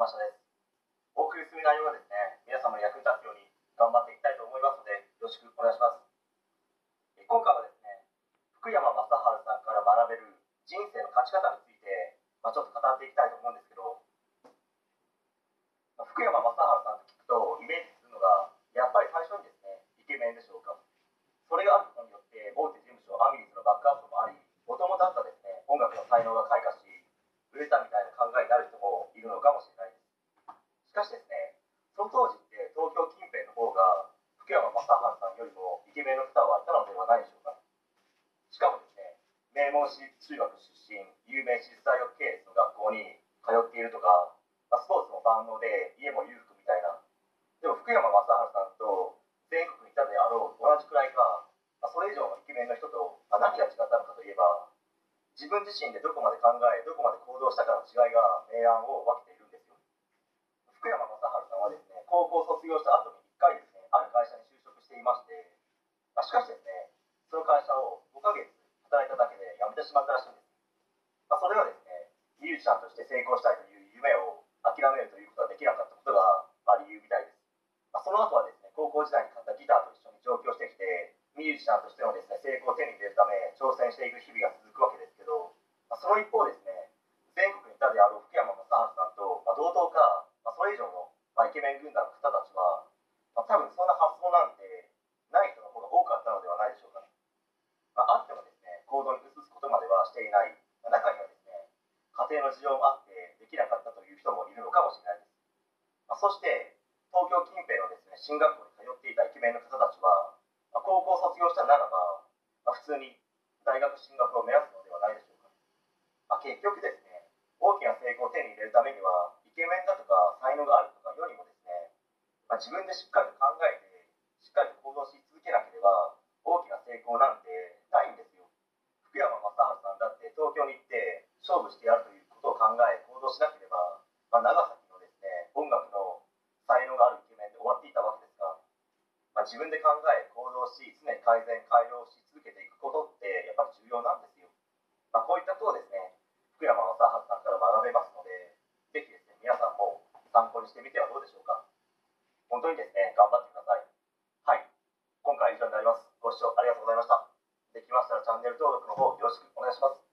山下です。お送りする内容がですね、皆様に役に立つように頑張っていきたいと思いますので、よろしくお願いします。今回はですね、福山雅治さんから学べる人生の勝ち方について、ちょっと語っていきたいと思うんですけど、福山雅治さんと聞くとイメージするのが、やっぱり最初にですね、イケメンでしょうか。それがあることによって、大手事務所アミリーズのバックアップもあり、もともとあったですね、音楽の才能が開花し、売れたみたいな考えになる人もいるのかもしれないです。しかしですね、その当時って東京近辺の方が福山雅治さんよりもイケメンの方はいたのではないでしょうか。しかもですね、名門私立中学出身、有名私立大学系列の学校に通っているとか、スポーツも万能で家も裕福みたいな。でも福山雅治さんと全国にいたであろう同じくらいか、それ以上のイケメンの人と、何が違ったのかといえば、自分自身でどこまで考え、どこまで行動したかの違いが明暗を分けているんですよ。福山雅治さんはですね、高校卒業した後に1回ですね、ある会社に就職していまして、しかしですね、その会社を5ヶ月働いただけで辞めてしまったらしいんです。それはですね、ミュージシャンとして成功したいという夢を諦めるということができなかったことが、理由みたいです。その後はですね、高校時代に買ったギターと一緒に上京してきて、ミュージシャンとしてのですね、成功を手に入れるため挑戦していく日々が続くわけですけど、その一方ですね、全国にいたであろう福山雅治さんと、同等か、それ以上の、イケメン軍団の方たちは、多分そんな発想なんてない人の方が多かったのではないでしょうかね。あってもですね、行動に移すことまではしていない、中にはですね、家庭の事情もあってできなかったという人もいるのかもしれないです。そして東京近辺のですね、進学校に通っていたイケメンの方たちは、高校卒業したならば、普通に大学進学を目指すのではないでしょうか。結局ですね、大きな成功を手に入れるためには、イケメンだとか才能があるとかよりもですね、自分でしっかりと考えて、しっかりと行動し続けなければ、大きな成功なんてないんですよ。福山雅治さんだって東京に行って勝負してやるということを考え、行動しなければ、長崎のですね、音楽の才能があるイケメンで終わっていたわけですが、自分で考え、行動し、常に改善、改良し続けていくことってやっぱり重要なんですよ。こういったことをですね、福山雅治さんから学べますので、ぜひですね、皆さんも参考にしてみてはどうでしょうか。本当にですね、頑張ってください。はい。今回は以上になります。ご視聴ありがとうございました。できましたらチャンネル登録の方よろしくお願いします。